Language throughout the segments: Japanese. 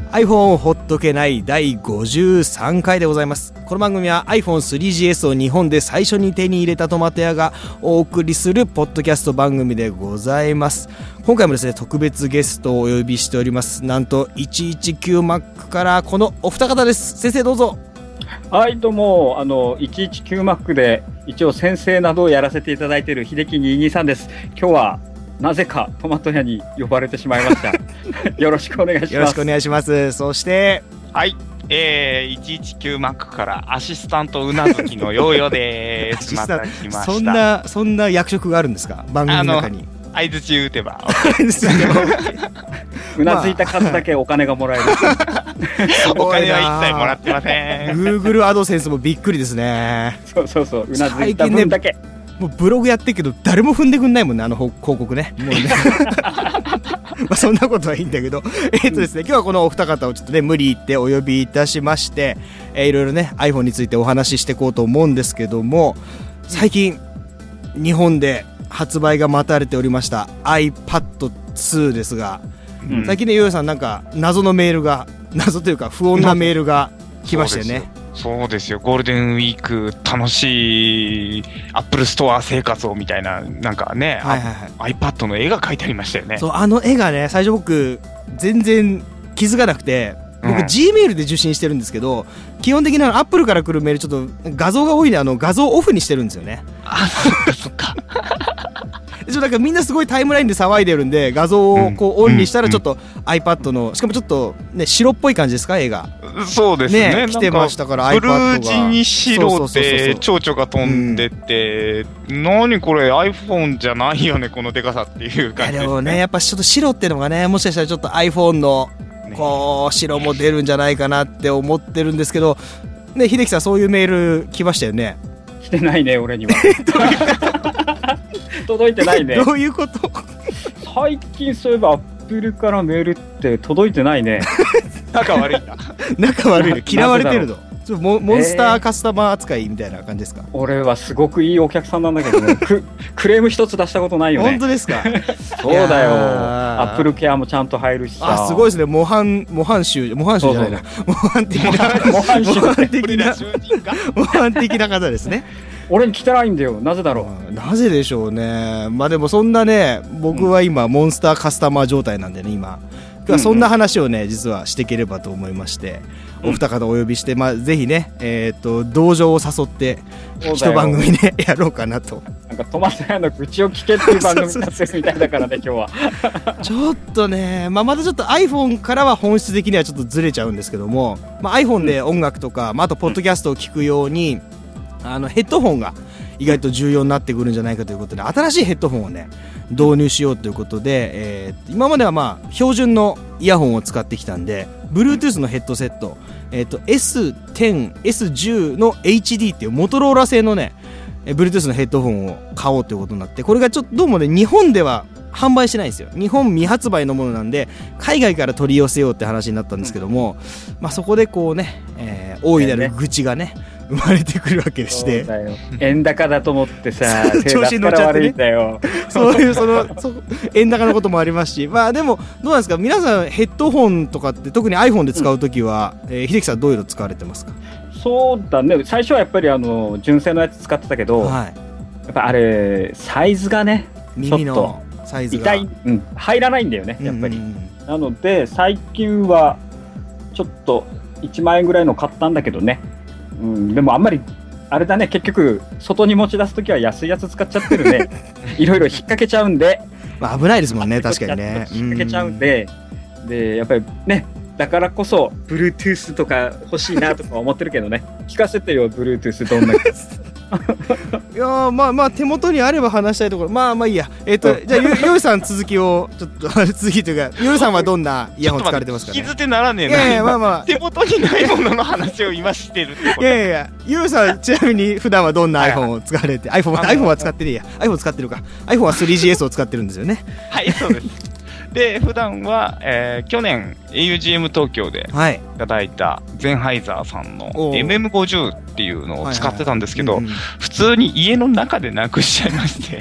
iPhone ほっとけない第53回でございます。この番組は iPhone3GS を日本で最初に手に入れたトマト屋がお送りするポッドキャスト番組でございます。今回もですね、特別ゲストをお呼びしております。なんと 119Mac からこのお二方です。先生どうぞ。 はい、どうも119Mac で一応先生などをやらせていただいている秀樹223です。今日はなぜかトマト屋に呼ばれてしまいましたよろしくお願いします。 よろしくお願いします。そしてはい、119Mac からアシスタントうなずきのヨーヨーでーすまた来ました。 そんな役職があるんですか、番組の中に。 相づち打てばうなずいた数だけお金がもらえるお金は一切もらってません。 Google アドセンスもびっくりですね。 そううなずいた分だけ、 もうブログやってるけど誰も踏んでくんないもんね、あの広告ね。もうねまあそんなことはいいんだけどですね、今日はこのお二方をちょっとね無理言ってお呼びいたしまして、いろいろね iPhone についてお話ししていこうと思うんですけども、最近日本で発売が待たれておりました iPad2 ですが、最近ねヨーヨーさんなんか謎というか不穏なメールが来ましたよね。 そうですよ、ゴールデンウィーク楽しいアップルストア生活をみたいな、なんかね、iPad の絵が描いてありましたよね。 そう、あの絵がね最初僕全然気づかなくて、僕 Gmail で受信してるんですけど、基本的なアップルから来るメールちょっと画像が多いんで画像オフにしてるんですよね。 あ、そっかなんかみんなすごいタイムラインで騒いでるんで、画像をこうオンにしたらちょっと iPad の、しかもちょっとね白っぽい感じですか、絵が。 そうですね、 来てましたから iPad がブルー地に白で蝶々が飛んでて、何これ iPhone じゃないよねこのデカさっていう感じですね。 でもね、やっぱちょっと白っていうのがね、もしかしたらちょっと iPhone のこう白も出るんじゃないかなって思ってるんですけどね。秀樹さん、そういうメール来ましたよね。 来てないね、俺には届いてないね。 どういうこと？ 最近そういえばアップルからメールって届いてないね仲悪いんだ仲悪いの、嫌われてるの。モンスターカスタマー扱いみたいな感じですか？ 俺はすごくいいお客さんなんだけどねクレーム一つ出したことないよね。 本当ですか？ そうだよ、アップルケアもちゃんと入るしさ。 すごいですね。模範集じゃないな、模範的な方ですね。 俺に来てないんだよ。なぜだろう。 なぜでしょうね。まあでもそんなね、僕は今モンスターカスタマー状態なんでね、今日はそんな話をね実はしていければと思いまして、お二方お呼びして、ぜひね、同情を誘って一番組ねやろうかなと。 なんかトマト屋の愚痴を聞けっていう番組になってるみたいだからね今日はちょっとね、またちょっと iPhone からは本質的にはちょっとずれちゃうんですけども、iPhone で音楽とか、あとポッドキャストを聞くように、ヘッドホンが意外と重要になってくるんじゃないかということで、新しいヘッドホンをね導入しようということで、今までは標準のイヤホンを使ってきたんで、 Bluetooth のヘッドセット、S10、S10 の HD っていうモトローラ製のね Bluetooth のヘッドホンを買おうということになって、これがちょっとどうもね日本では販売してないんですよ。日本未発売のものなんで海外から取り寄せようって話になったんですけども、そこでこうね、大いなる愚痴がね生まれてくるわけでして、 そうだよ、円高だと思ってさ調子に乗っちゃってね、そういう円高のこともありますし、でもどうなんですか皆さん、ヘッドホンとかって特に iPhone で使うときは、秀樹さんどういうの使われてますか？ そうだね、最初はやっぱり純正のやつ使ってたけど、やっぱあれサイズがね、 耳のサイズが入らないんだよねやっぱり。なので最近はちょっと1万円ぐらいの買ったんだけどね、でもあんまりあれだね、結局外に持ち出すときは安いやつ使っちゃってるねいろいろ引っ掛けちゃうんで、 危ないですもんね、確かにね。 引っ掛けちゃうんで、やっぱりね、だからこそ Bluetooth とか欲しいなとか思ってるけどね聞かせてよ Bluetooth どんなかいや手元にあれば話したいところ、いいや。じゃあヨイさん続きをちょっと続きというか、ヨイさんはどんなイヤホン使われてますかね？ 聞き捨てならねえな。手元にないものの話を今してるってこと。 いやヨイさんちなみに普段はどんな iPhone を使われて、iPhone は使ってねえや、iPhone 使ってるか、 iPhone は 3GS を使ってるんですよね。 はい、そうです。で普段は、去年 augm 東京でいただいたゼンハイザーさんの MM50 っていうのを使ってたんですけど、普通に家の中でなくしちゃいまして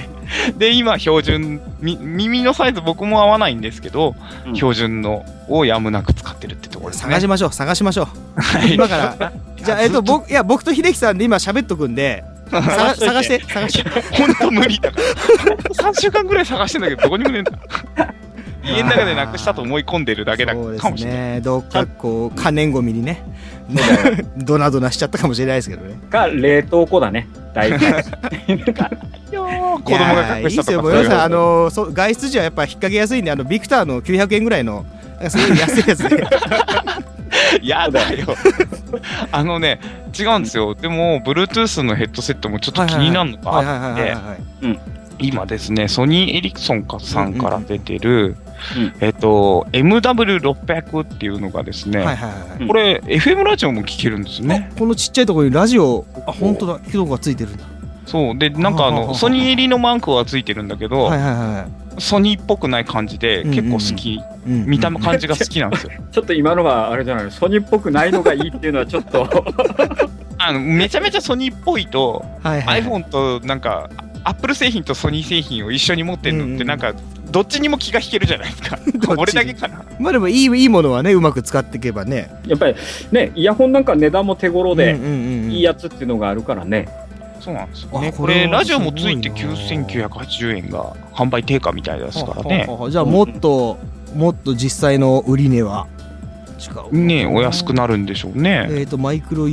で、今、標準、耳のサイズ僕も合わないんですけど、標準のをやむなく使ってるってところですね。 探しましょう。今から。じゃあ、僕と秀樹さんで今喋っとくんで、探して。 本当無理だから。3週間ぐらい探してんだけど、どこにもねえんだ。家の中でなくしたと思い込んでるだけだかもしれない。そうですね。どっかこう可燃ゴミにね、ドナドナしちゃったかもしれないですけどね。 か冷凍庫だね。大体。子供が隠したとか。いいですよ。 もう皆さん外出時はやっぱ引っ掛けやすいんで、ビクターの900円ぐらいのすごい安いやつで。 やだよ。違うんですよ。でも Bluetooth のヘッドセットもちょっと気になるのがあって、今ですね、ソニー・エリクソンさんから出てる、MW600 っていうのがですね、これ FM ラジオも聞けるんですね。 このちっちゃいところにラジオ、本当だ、機能がついてるんだ。 そうで、なんかソニー入りのマークはついてるんだけど、ソニーっぽくない感じで結構好き、見た感じが好きなんですよ。 ちょっと今のはあれじゃない、ソニーっぽくないのがいいっていうのはちょっとめちゃめちゃソニーっぽいと、iPhone となんかアップル製品とソニー製品を一緒に持ってるのってなんかどっちにも気が引けるじゃないですか。俺だけかな。 まあでもいいものはね、うまく使っていけばね。 やっぱりね、イヤホンなんか値段も手頃でいいやつっていうのがあるからね。 そうなんですよね。これラジオもついて9980円が販売定価みたいですからね。 じゃあもっと実際の売り値は違うね、お安くなるんでしょうね。 マイクロ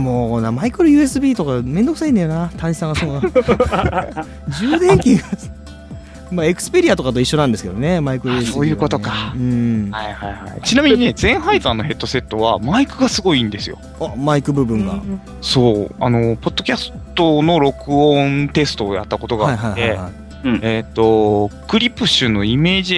USB とかめんどくさいんだよな、谷さんがそうな。充電器がまあエクスペリアとかと一緒なんですけどね、マイクロ USB、 そういうことか。ちなみにね、ゼンハイザーのヘッドセットはマイクがすごいいいんですよ。 マイク部分が。そう、 ポッドキャストの録音テストをやったことがあって、クリプシュのイメージ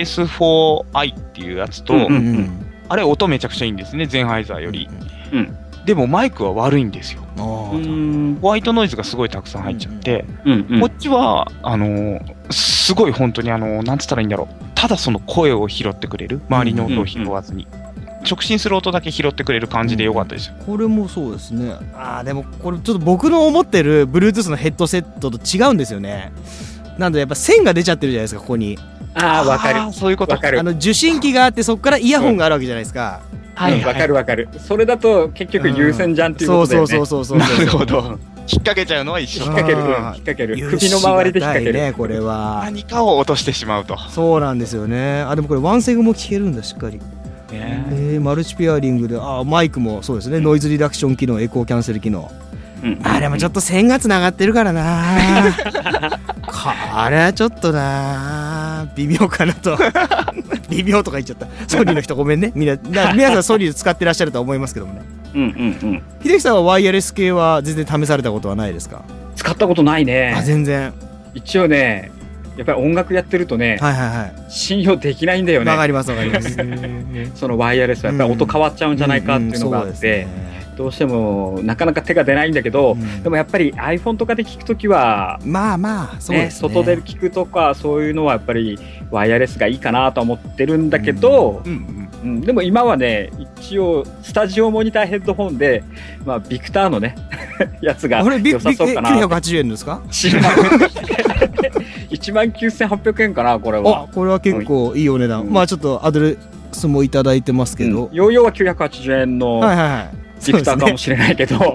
S4i っていうやつと、あれ音めちゃくちゃいいんですね、ゼンハイザーより。でもマイクは悪いんですよ。ホワイトノイズがすごいたくさん入っちゃって、こっちはすごい本当になんつったらいいんだろう、ただその声を拾ってくれる、周りの音を拾わずに、直進する音だけ拾ってくれる感じでよかったですよ。 これもそうですね。でもこれちょっと僕の思ってる Bluetooth のヘッドセットと違うんですよね。なんでやっぱ線が出ちゃってるじゃないですか、ここに。 わかる。 そういうこと。 受信機があって、そこからイヤホンがあるわけじゃないですか。 わかる。それだと結局優先じゃんっていうことだよね。 そう。 なるほど。引っ掛けちゃうのは一緒。 引っ掛ける。首の周りで引っ掛けるね、これは。 何かを落としてしまうと。 そうなんですよね。でもこれワンセグも聞けるんだ、しっかり。マルチペアリングで、マイクもそうですね、ノイズリダクション機能、エコーキャンセル機能。でもちょっと線がつながってるからな。あれはちょっとな、微妙かなと。微妙とか言っちゃった。ソニーの人ごめんね。皆さんソニーで使ってらっしゃるとは思いますけどもね。秀樹さんはワイヤレス系は全然試されたことはないですか？ 使ったことないね。 全然。 一応ね、やっぱり音楽やってるとね、信用できないんだよね。 わかります。 そのワイヤレスはやっぱり音変わっちゃうんじゃないかっていうのがあって、どうしてもなかなか手が出ないんだけど、でもやっぱり iPhone とかで聞くときはそうですね、 外で聞くとかそういうのはやっぱりワイヤレスがいいかなと思ってるんだけど、でも今はね、一応スタジオモニターヘッドホンで、ビクターのねやつが良さそうかな。 980円ですか ？19,800 円かな、これは。 これは結構いいお値段。ちょっとアドレスもいただいてますけど、 ヨーヨーは980円のビクターかもしれないけど、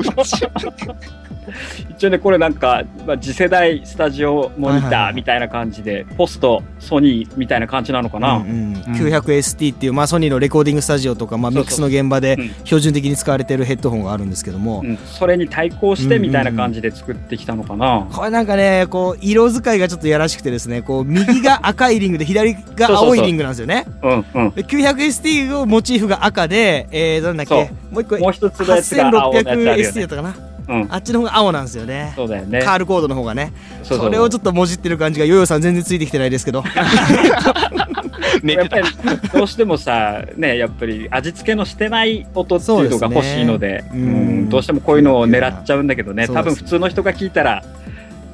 一応ね、これなんか、次世代スタジオモニターみたいな感じで、ポストソニーみたいな感じなのかな。 900ST っていう、ソニーのレコーディングスタジオとか、ミックスの現場で標準的に使われているヘッドホンがあるんですけども、 それに対抗してみたいな感じで作ってきたのかな。 これなんかね、こう色使いがちょっとやらしくてですね、こう右が赤いリングで左が青いリングなんですよね。900ST をモチーフが赤で、なんだっけ、もう一つのやつが青のやつあるよね。8600ST だったかな。あっちの方が青なんですよね。 そうだよね。 カールコードの方がね。それをちょっともじってる感じが、ヨヨさん全然ついてきてないですけど。 やっぱりどうしてもさ、ね、やっぱり味付けのしてない音っていうのが欲しいので、どうしてもこういうのを狙っちゃうんだけどね。多分普通の人が聞いたら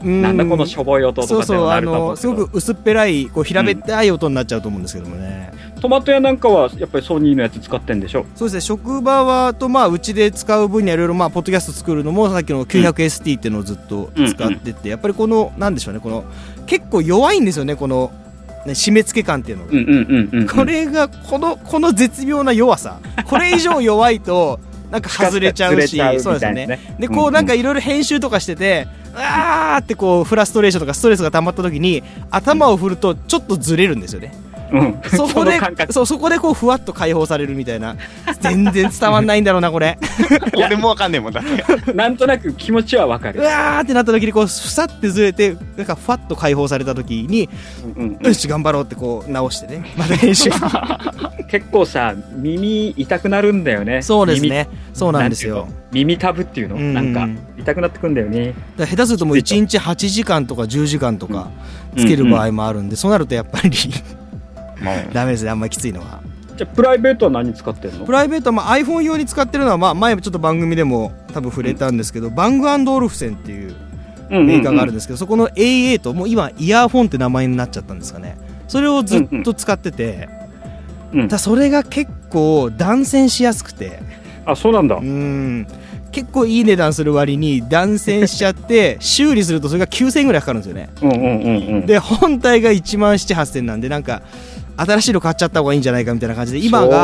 なんだこのしょぼい音とかってなると思うけど、 すごく薄っぺらいこう平べったい音になっちゃうと思うんですけどもね、 トマト屋なんかはやっぱりソニーのやつ使ってんでしょ。 そうですね、職場はとうちで使う分にはいろいろポッドキャスト作るのもさっきの 900ST っていうのをずっと使ってて、やっぱりこのなんでしょうね、この結構弱いんですよね、この締め付け感っていうのが、これがこの絶妙な弱さ、これ以上弱いとなんか外れちゃうしそうですね。でこうなんかいろいろ編集とかしてて、あーってこうフラストレーションとかストレスが溜まった時に頭を振るとちょっとずれるんですよね。そこでこうふわっと解放されるみたいな。全然伝わんないんだろうなこれ。 俺もわかんねえもんだって。 なんとなく気持ちはわかる。 うわーってなった時にこうふさってずれてなんかふわっと解放された時に、よし頑張ろうってこう直してね、また編集。 結構さ耳痛くなるんだよね。 そうですね、そうなんですよ。 耳たぶっていうの、なんか痛くなってくんだよね。 だ下手するともう1日8時間とか10時間とかつける場合もあるんで、そうなるとやっぱりダメですね、あんまりきついのは。 じゃあプライベートは何使ってるの？ プライベートはiPhone 用に使ってるのは前ちょっと番組でも多分触れたんですけど、バング&オルフセンっていうメーカーがあるんですけど、そこの A8 もう今イヤーフォンって名前になっちゃったんですかね。それをずっと使ってて、だそれが結構断線しやすくて。 あ、そうなんだ。 結構いい値段する割に断線しちゃって修理するとそれが9000円ぐらいかかるんですよね。で本体が1万7、8000なんで、なんか新しいの買っちゃった方がいいんじゃないかみたいな感じで、今もう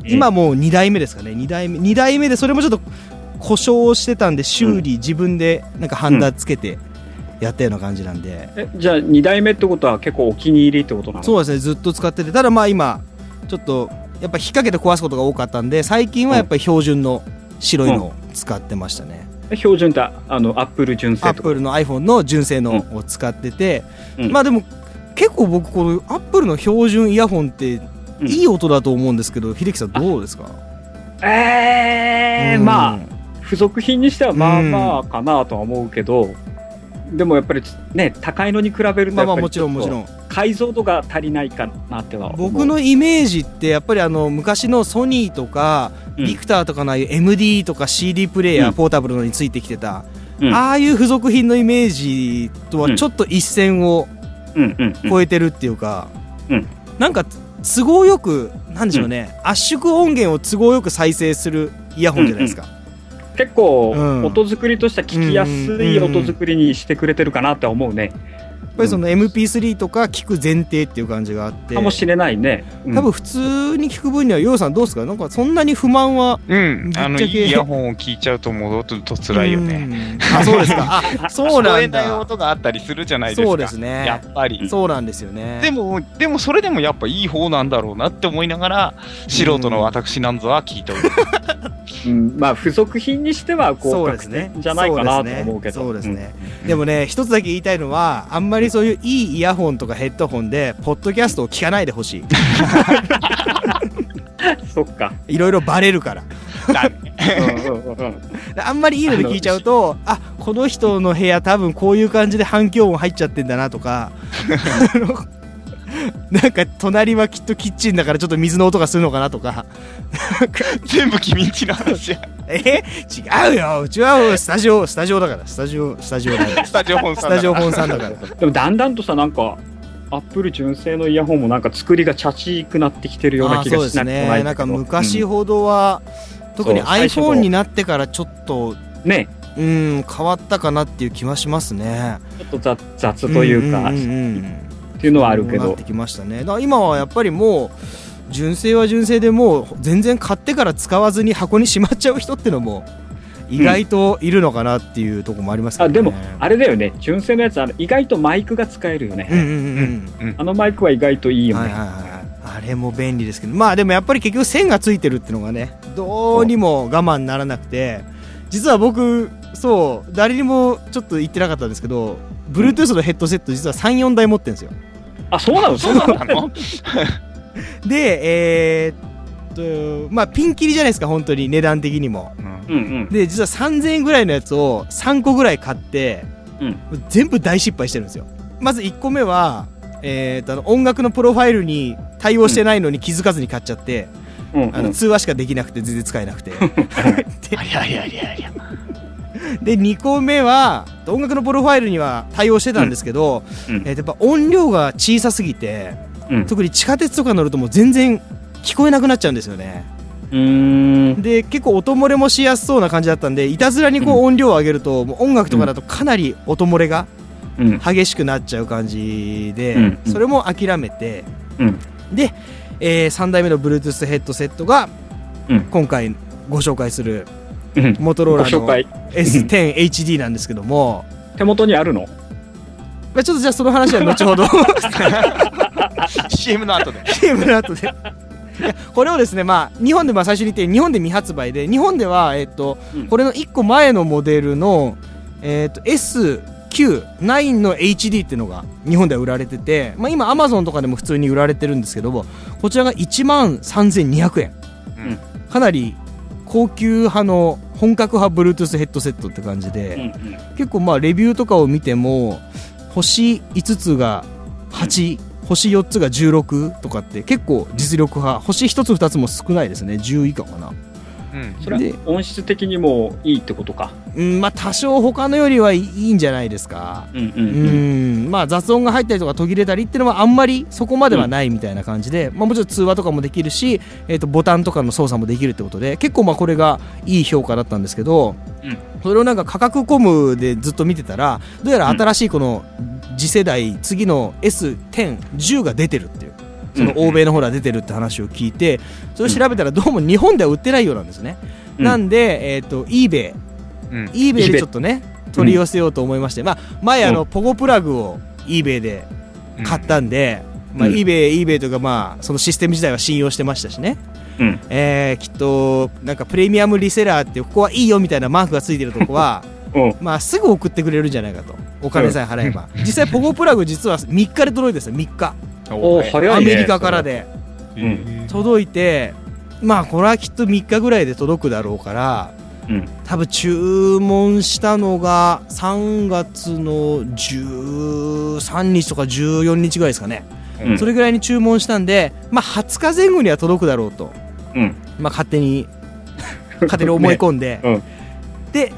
2台目ですかね。2台目でそれもちょっと故障してたんで修理自分でなんかハンダつけてやったような感じなんで、 じゃあ2台目ってことは結構お気に入りってことなの？ そうですね、ずっと使ってて、ただ今ちょっとやっぱ引っ掛けて壊すことが多かったんで、最近はやっぱり標準の白いのを使ってましたね。 標準ってアップル純正とか？ アップルの iPhone の純正のを使ってて、でも結構僕このアップルの標準イヤホンっていい音だと思うんですけど、秀樹さんどうですか？ 付属品にしてはまあまあかなとは思うけど、でもやっぱりね、高いのに比べるとやっぱりもちろん解像度が足りないかなっては思う。 僕のイメージってやっぱり昔のソニーとかビクターとかのMD とか CD プレイヤー、ポータブルのについてきてた、ああいう付属品のイメージとはちょっと一線を超えてるっていうか、なんか都合よくなんでしょうね、圧縮音源を都合よく再生するイヤホンじゃないですか。 結構音作りとしては聞きやすい音作りにしてくれてるかなって思うね。 やっぱりその MP3 とか聞く前提っていう感じがあって、 かもしれないね。 多分普通に聞く分にはヨウさんどうですか？なんかそんなに不満は、 いいイヤホンを聞いちゃうと戻ると辛いよね。 あ、そうですか。あ、そうなんだ。 聞こえない音があったりするじゃないですか。 そうですね。 やっぱり。 そうなんですよね。 でもそれでもやっぱいい方なんだろうなって思いながら、素人の私なんぞは聞いておる。 付属品にしては高額点じゃないかなと思うけど。 そうですね。でもね、一つだけ言いたいのは、あんまりそういういいイヤホンとかヘッドホンでポッドキャストを聞かないでほしい。 そっか。 いろいろバレるから。あんまりいいので聞いちゃうと、この人の部屋多分こういう感じで反響音入っちゃってんだなとか。なんか隣はきっとキッチンだからちょっと水の音がするのかなとか。 全部君んちの話や。 違うよ、うちはスタジオだから、スタジオ本さんだから。 でもだんだんとさ、なんかアップル純正のイヤホンもなんか作りがチャチくなってきてるような気がしなくもないんだけど。そうですね。 なんか昔ほどは、特に iPhone になってからちょっとね、変わったかなっていう気はしますね。 ちょっと雑というか。っていうのはあるけど、 なってきましたね。だから今はやっぱりもう純正は純正でもう全然買ってから使わずに箱にしまっちゃう人ってのも意外といるのかなっていうところもありますけどね。 でもあれだよね、純正のやつ意外とマイクが使えるよね。あのマイクは意外といいよね。 あれも便利ですけど、でもやっぱり結局線がついてるっていうのがね、どうにも我慢ならなくて、実は僕誰にもちょっと言ってなかったんですけど、Bluetooth のヘッドセット実は 3,4 台持ってるんですよ。 あ、そうなので、ピンキリじゃないですか、本当に値段的にも。で、実は 3,000 円ぐらいのやつを3個ぐらい買って、全部大失敗してるんですよ。まず1個目は、音楽のプロファイルに対応してないのに気づかずに買っちゃって、通話しかできなくて全然使えなくて。 で2個目は音楽のプロファイルには対応してたんですけど、やっぱ音量が小さすぎて、特に地下鉄とか乗るともう全然聞こえなくなっちゃうんですよね。で結構音漏れもしやすそうな感じだったんで、いたずらにこう音量を上げると、もう音楽とかだとかなり音漏れが激しくなっちゃう感じで、それも諦めて、で、3代目の Bluetooth ヘッドセットが今回ご紹介するモトローラの S10HD なんですけども、 手元にあるの？ ちょっとじゃあその話は後ほど CM の後でこれをですね、日本で最初に言って日本で未発売で、日本では、これの1個前のモデルの、S9 の HD っていうのが日本では売られてて、今 Amazon とかでも普通に売られてるんですけども、こちらが 13,200 円、かなり高級派の本格派 Bluetooth ヘッドセットって感じで、結構レビューとかを見ても星5つが8、星4つが16とかって結構実力派、星1つ2つも少ないですね、10以下かな。 それは音質的にもいいってことか。 多少他のよりはいいんじゃないですか。雑音が入ったりとか途切れたりっていうのはあんまりそこまではないみたいな感じで、もちろん通話とかもできるし、ボタンとかの操作もできるってことで、結構これがいい評価だったんですけど、それをなんか価格コムでずっと見てたら、どうやら新しいこの次世代、次の S10、10が出てるっていう、その欧米の方で出てるって話を聞いて、それを調べたらどうも日本では売ってないようなんですね。なんで、eBay でちょっとね取り寄せようと思いまして、前ポゴプラグを eBay で買ったんで、eBay というかそのシステム自体は信用してましたしね、きっとなんかプレミアムリセラーってここはいいよみたいなマークがついてるとこはすぐ送ってくれるんじゃないかと、お金さえ払えば。実際ポゴプラグ実は3日で届いてですよ、3日。 早いね、 アメリカからで届いて、これはきっと3日ぐらいで届くだろうから、多分注文したのが3月の13日とか14日ぐらいですかね、それぐらいに注文したんで、20日前後には届くだろうと、勝手に思い込んで、で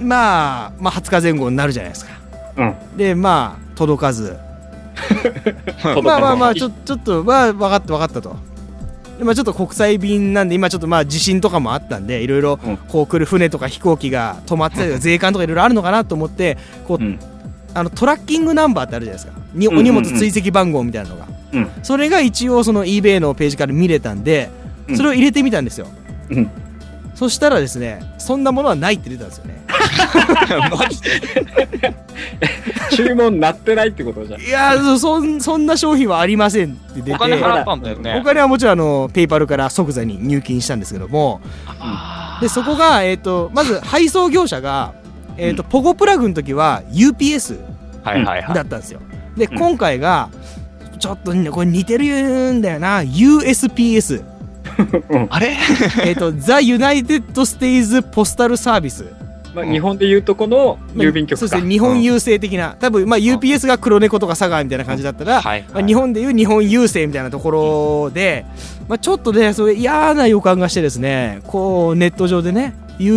20日前後になるじゃないですか、で届かずちょっと分かったと。ちょっと国際便なんで今ちょっと地震とかもあったんで、いろいろこう来る船とか飛行機が止まってたりとか税関とかいろいろあるのかなと思って、こうトラッキングナンバーってあるじゃないですか、お荷物追跡番号みたいなのが、それが一応その eBay のページから見れたんで、それを入れてみたんですよ。そしたらですね、そんなものはないって出たんですよね。 マジで注文なってないってことじゃん。 いやそんな商品はありませんって出て、 お金払ったんだよね。 お金はもちろんペイパルから即座に入金したんですけども、でそこが、まず配送業者が、ポゴプラグの時は UPS だったんですよ。で今回がちょっとこれ似てるんだよな、 USPS あれ The United States Postal Service、 日本でいうとこの郵便局か、 そうですね、日本郵政的な、多分UPS が黒猫とか佐川みたいな感じだったら、日本でいう日本郵政みたいなところで、ちょっとねそれ嫌な予感がしてですね、こうネット上でね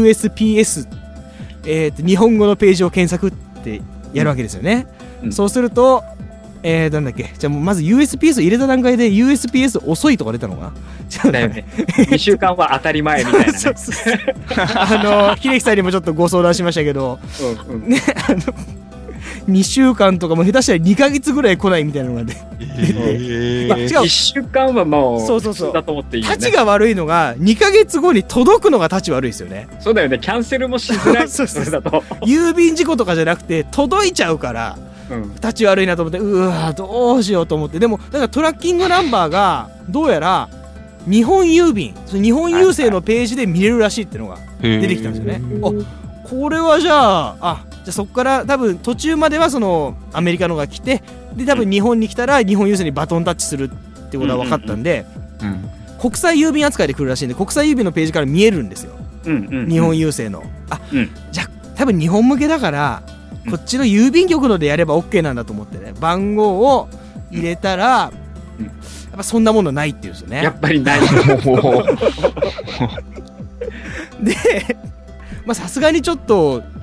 USPS、日本語のページを検索ってやるわけですよね、そうするとなんだっけ、じゃあまず USPS 入れた段階で USPS 遅いとか出たのかな、 だよね、2週間は当たり前みたいなね秀樹さんにもちょっとご相談しましたけど、2週間とかも下手したら2ヶ月ぐらい来ないみたいなのが出て、違う、 1週間はもう普通だと思っていいよね。 立ちが悪いのが2ヶ月後に届くのが立ち悪いですよね。 そうだよね、キャンセルもしづらいそれだと郵便事故とかじゃなくて届いちゃうから立ち悪いなと思って、うわどうしようと思って、でもだからトラッキングナンバーがどうやら日本郵便、日本郵政のページで見れるらしいっていうのが出てきたんですよね。これはじゃあそこから多分途中まではそのアメリカのが来て、で多分日本に来たら日本郵政にバトンタッチするってことは分かったんで、国際郵便扱いで来るらしいんで、国際郵便のページから見えるんですよ、日本郵政の。じゃあ多分日本向けだからこっちの郵便局のでやれば OK なんだと思ってね、番号を入れたら、やっぱそんなものないっていうんですよね。 やっぱりないでさすがにちょっと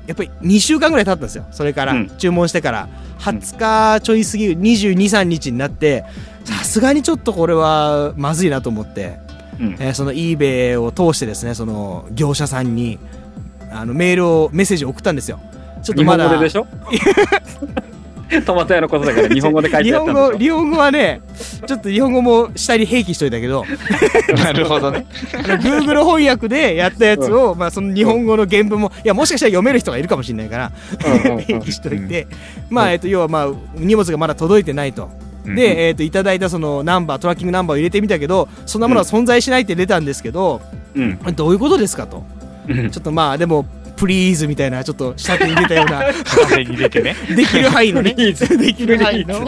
やっぱり2週間ぐらい経ったんですよ。それから、注文してから20日ちょい過ぎる22、3日になって、さすがにちょっとこれはまずいなと思って、その eBay を通してですね、その業者さんにメッセージを送ったんですよ。ちょっとまだ日本語ででしょトマト屋のことだから日本語で書いてあったんでしょ。 日本語はね、ちょっと日本語も下に併記しといたけどなるほどね。 Google 翻訳でやったやつを、まあ、その日本語の原文も、いや、もしかしたら読める人がいるかもしれないから併記しといて、まあ要はまあ荷物がまだ届いてないと。で、いただいたそのナンバー、トラッキングナンバーを入れてみたけど、そんなものは存在しないって出たんですけど、どういうことですかと。ちょっとまあでもプリーズみたいな、ちょっと下手に出たような下手に出てねできる範囲のねできる範囲の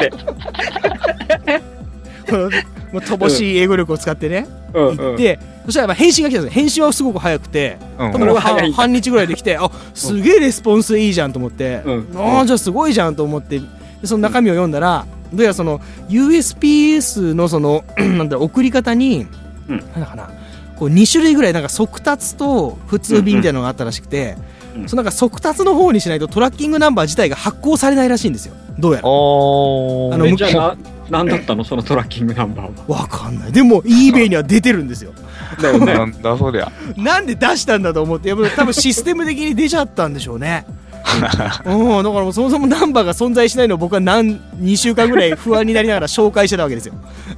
もう乏しい英語力を使ってね、言って、そしたら返信が来たんです。返信はすごく早くて、半日ぐらいで来て、あ、すげえレスポンスいいじゃんと思って、じゃあすごいじゃんと思って、でその中身を読んだら、どうやらその USPS のそのなんだろう、送り方に、なんだかな、こう2種類ぐらいなんか速達と普通便みたいなのがあったらしくて、そのなんか速達の方にしないとトラッキングナンバー自体が発行されないらしいんですよ。どうやら。 じゃあ何だったのそのトラッキングナンバーは。 わかんない。でも eBay には出てるんですよ。 だよね。 なんだそりゃ。 なんで出したんだと思って、やっぱ多分システム的に出ちゃったんでしょうね。だからもうそもそもナンバーが存在しないのを僕は2週間ぐらい不安になりながら紹介してたわけですよ。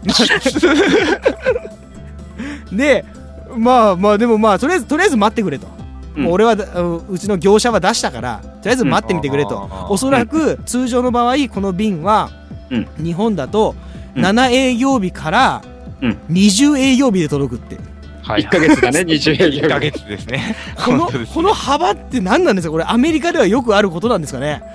で、まあでもまあとりあえず待ってくれと。もう俺はうちの業者は出したからとりあえず待ってみてくれと。おそらく通常の場合この便は日本だと7営業日から20営業日で届くって。 1ヶ月だね、20営業日。 1ヶ月ですね。 この幅って何なんですか。これアメリカではよくあることなんですかね。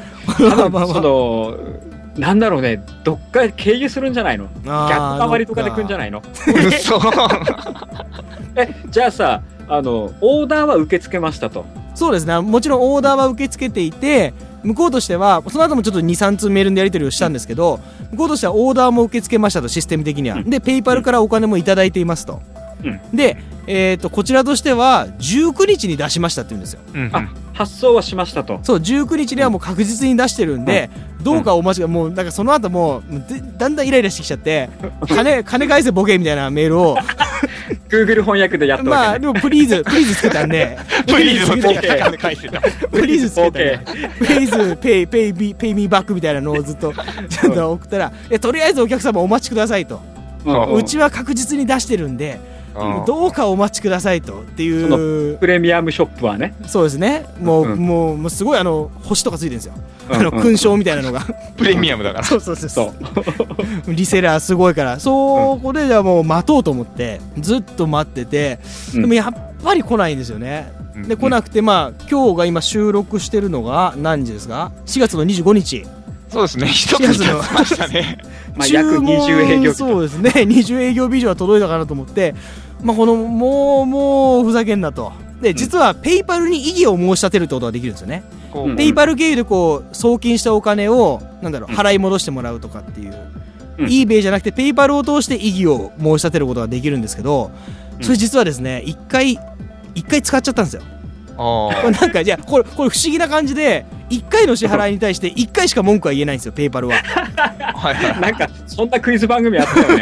なんだろうね、どっか経由するんじゃないの。逆回りとかで来るんじゃないの。 そうじゃあさ、オーダーは受け付けましたと。 そうですね、もちろんオーダーは受け付けていて、向こうとしてはその後もちょっと 2,3 通メールでやり取りをしたんですけど、向こうとしてはオーダーも受け付けましたと、システム的には。でペイパルからお金もいただいていますと。で、こちらとしては19日に出しましたって言うんですよ。 発送はしましたと。 そう、19日にはもう確実に出してるんで、どうかお待ちが、もうなんかその後もうだんだんイライラしてきちゃって、金返せボケみたいなメールを Google 翻訳でやったわけね。 まあでもプリーズつけたんでプリーズつけた返してた。 プリーズつけたんでプリーズペイミーバックみたいなのをずっとちゃんと送ったら、とりあえずお客様お待ちくださいと。うちは確実に出してるんでどうかお待ちくださいとっていう。そのプレミアムショップはね。 そうですね。もうすごい星とかついてるんですよ。勲章みたいなのがプレミアムだから。 そうリセラーすごいから、そこでじゃあもう待とうと思ってずっと待ってて、でもやっぱり来ないんですよね。で来なくて、まあ今日が今収録してるのが何時ですか。4月の25日。 そうですね、一つ経ちましたね。 約20営業日。 そうですね、20営業日以上は届いたかなと思って、まあ、このもうふざけんなと。で実はペイパルに異議を申し立てるってことができるんですよね。ペイパル経由でこう送金したお金を払い戻してもらうとかっていう、eBay じゃなくてペイパルを通して異議を申し立てることができるんですけど、それ実はですね、一回使っちゃったんですよ。なんかじゃあこれ不思議な感じで1回の支払いに対して1回しか文句は言えないんですよ、ペイパルは。 なんかそんなクイズ番組あったよ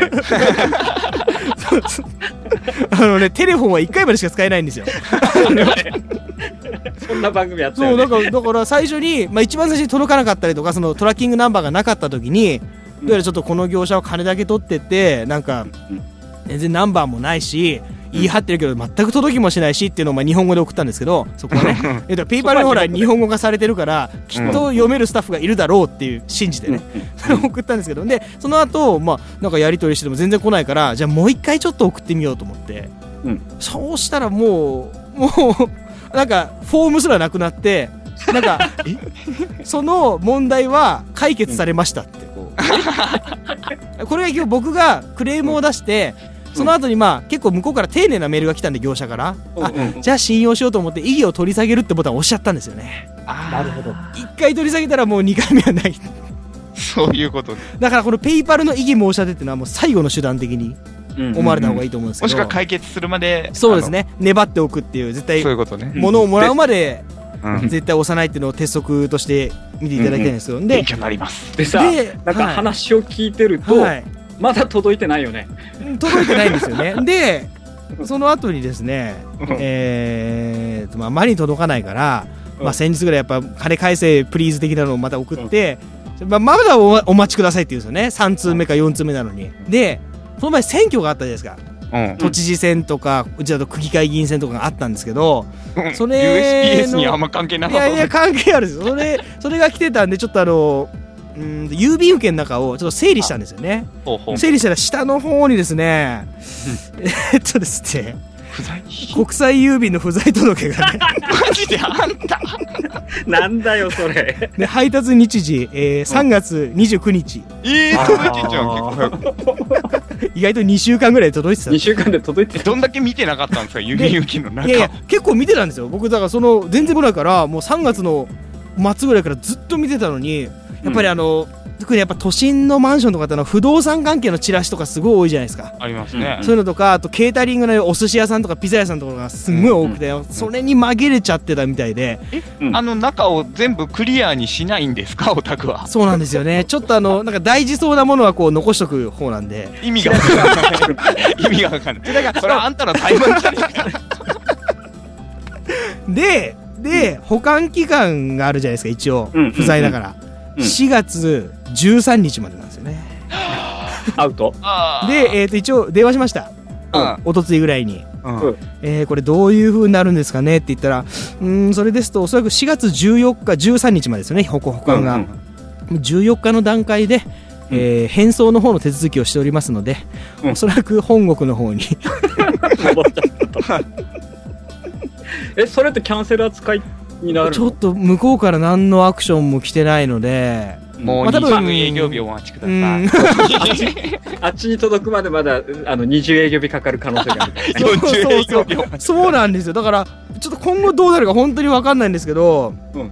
ね。 テレフォンは1回までしか使えないんですよ。 そんな番組あったよね。 そうだから最初に、一番最初に届かなかったりとか、そのトラッキングナンバーがなかった時に、どうやらちょっとこの業者は金だけ取ってってなんか全然ナンバーもないし言い張ってるけど全く届きもしないしっていうのを日本語で送ったんですけど、そこはねペイパルのほら日本語化されてるからきっと読めるスタッフがいるだろうっていう信じてね、それを送ったんですけど、でその後なんかやり取りしても全然来ないから、じゃあもう一回ちょっと送ってみようと思って、そうしたらもうなんかフォームすらなくなって、なんかその問題は解決されましたってこれが今日僕がクレームを出して、その後に結構向こうから丁寧なメールが来たんで、業者から、じゃあ信用しようと思って異議を取り下げるってボタンを押しちゃったんですよね。 なるほど。 1回取り下げたらもう2回目はないそういうことだからこのペイパルの異議申し立てっていうのはもう最後の手段的に思われた方がいいと思うんですけど、 もしくは解決するまでそうですね、粘っておくっていう、絶対そういうことね、 物をもらうまで絶対押さないっていうのを鉄則として見ていただきたいんですよ。で、 勉強になります。 でさ、なんか話を聞いてると、まだ届いてないよね。 届いてないんですよね。で、その後にですね、あまりに届かないから、先日ぐらいやっぱ金返せプリーズ的なのをまた送って、まだお待ちくださいって言うんですよね。3通目か4通目なのに。で、その前選挙があったじゃないですか。都知事選とかうちだと区議会議員選とかがあったんですけど、それ USPS にあんま関係なかった。 いや関係あるんですよ。それが来てたんで、ちょっと郵便受けの中をちょっと整理したんですよね。整理したら下の方にですね、ですね、国際郵便の不在届がねマジであんたなんだよそれで、配達日時、3月29日。 届いてんじゃん、結構早く。 意外と2週間ぐらいで届いてた。 2週間で届いてた。 どんだけ見てなかったんですか、郵便受けの中。 いや結構見てたんですよ。僕だから全然来ないからもう3月の末ぐらいからずっと見てたのに、やっぱり特にやっぱ都心のマンションとかって不動産関係のチラシとかすごい多いじゃないですか。 ありますね。 そういうのとか、あとケータリングのお寿司屋さんとかピザ屋さんとかがすごい多くて、それに紛れちゃってたみたいで。 中を全部クリアにしないんですか、オタクは。 そうなんですよね。ちょっとなんか大事そうなものはこう残しとく方なんで。 意味が分からない意味が分からない。だからそれはあんたの怠慢じゃないかで、保管期間があるじゃないですか、一応不在だから、4月13日までなんですよね。 アウトで、一応電話しました、おとついぐらいに、これどういう風になるんですかねって言ったら、それですとおそらく4月14日13日までですよね、保管が。14日の段階で、返送の方の手続きをしておりますので、おそらく本国の方に戻っちゃったとそれってキャンセル扱いになるの？ ちょっと向こうから何のアクションも来てないので、 もう20営業日お待ちください。 あっちに届くまでまだ20営業日かかる可能性がある。 40営業日。 そうなんですよ。だからちょっと今後どうなるか本当に分かんないんですけど、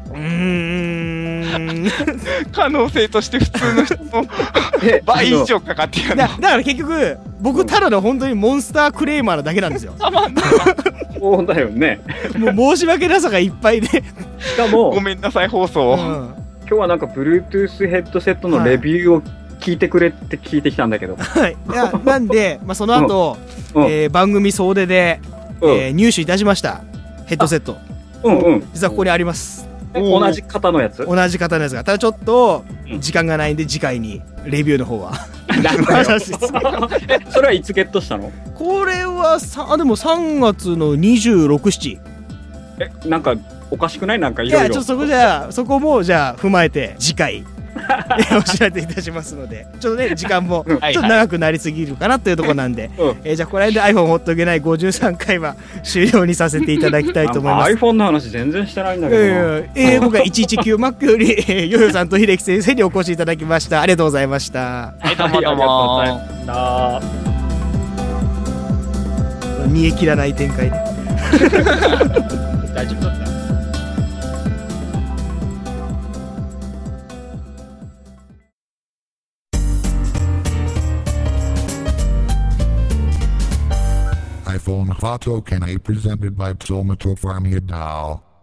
可能性として普通の人の倍以上かかってる。 だから結局僕ただの本当にモンスタークレーマーなだけなんですよ。 そうだよね。 もう申し訳なさがいっぱいで。しかもごめんなさい放送。 今日はなんか Bluetooth ヘッドセットのレビューを聞いてくれって聞いてきたんだけど。 はい。いやなんで、その後、番組総出で、入手いたしましたヘッドセット。実はここにあります。 同じ型のやつ？ 同じ型のやつが。ただちょっと時間がないんで次回にレビューの方は。 それはいつゲットしたの？ これはでも3月の26、7。 なんかおかしくない？なんかいろいろ。 いや、ちょっとそこもじゃあ踏まえて次回お知らせいたしますので、ちょっとね時間もちょっと長くなりすぎるかなというところなんで、じゃあこれで iPhone ほっとけない53回は終了にさせていただきたいと思います。 iPhone の話全然してないんだけど。 僕が 119Mac よりヨヨさんと秀樹先生にお越しいただきました。ありがとうございました。 どうもどうも。ありがとうございました。見え切らない展開で。 大丈夫だった。 iPhone Photo Can I presented by Psalmatopharmia Doll.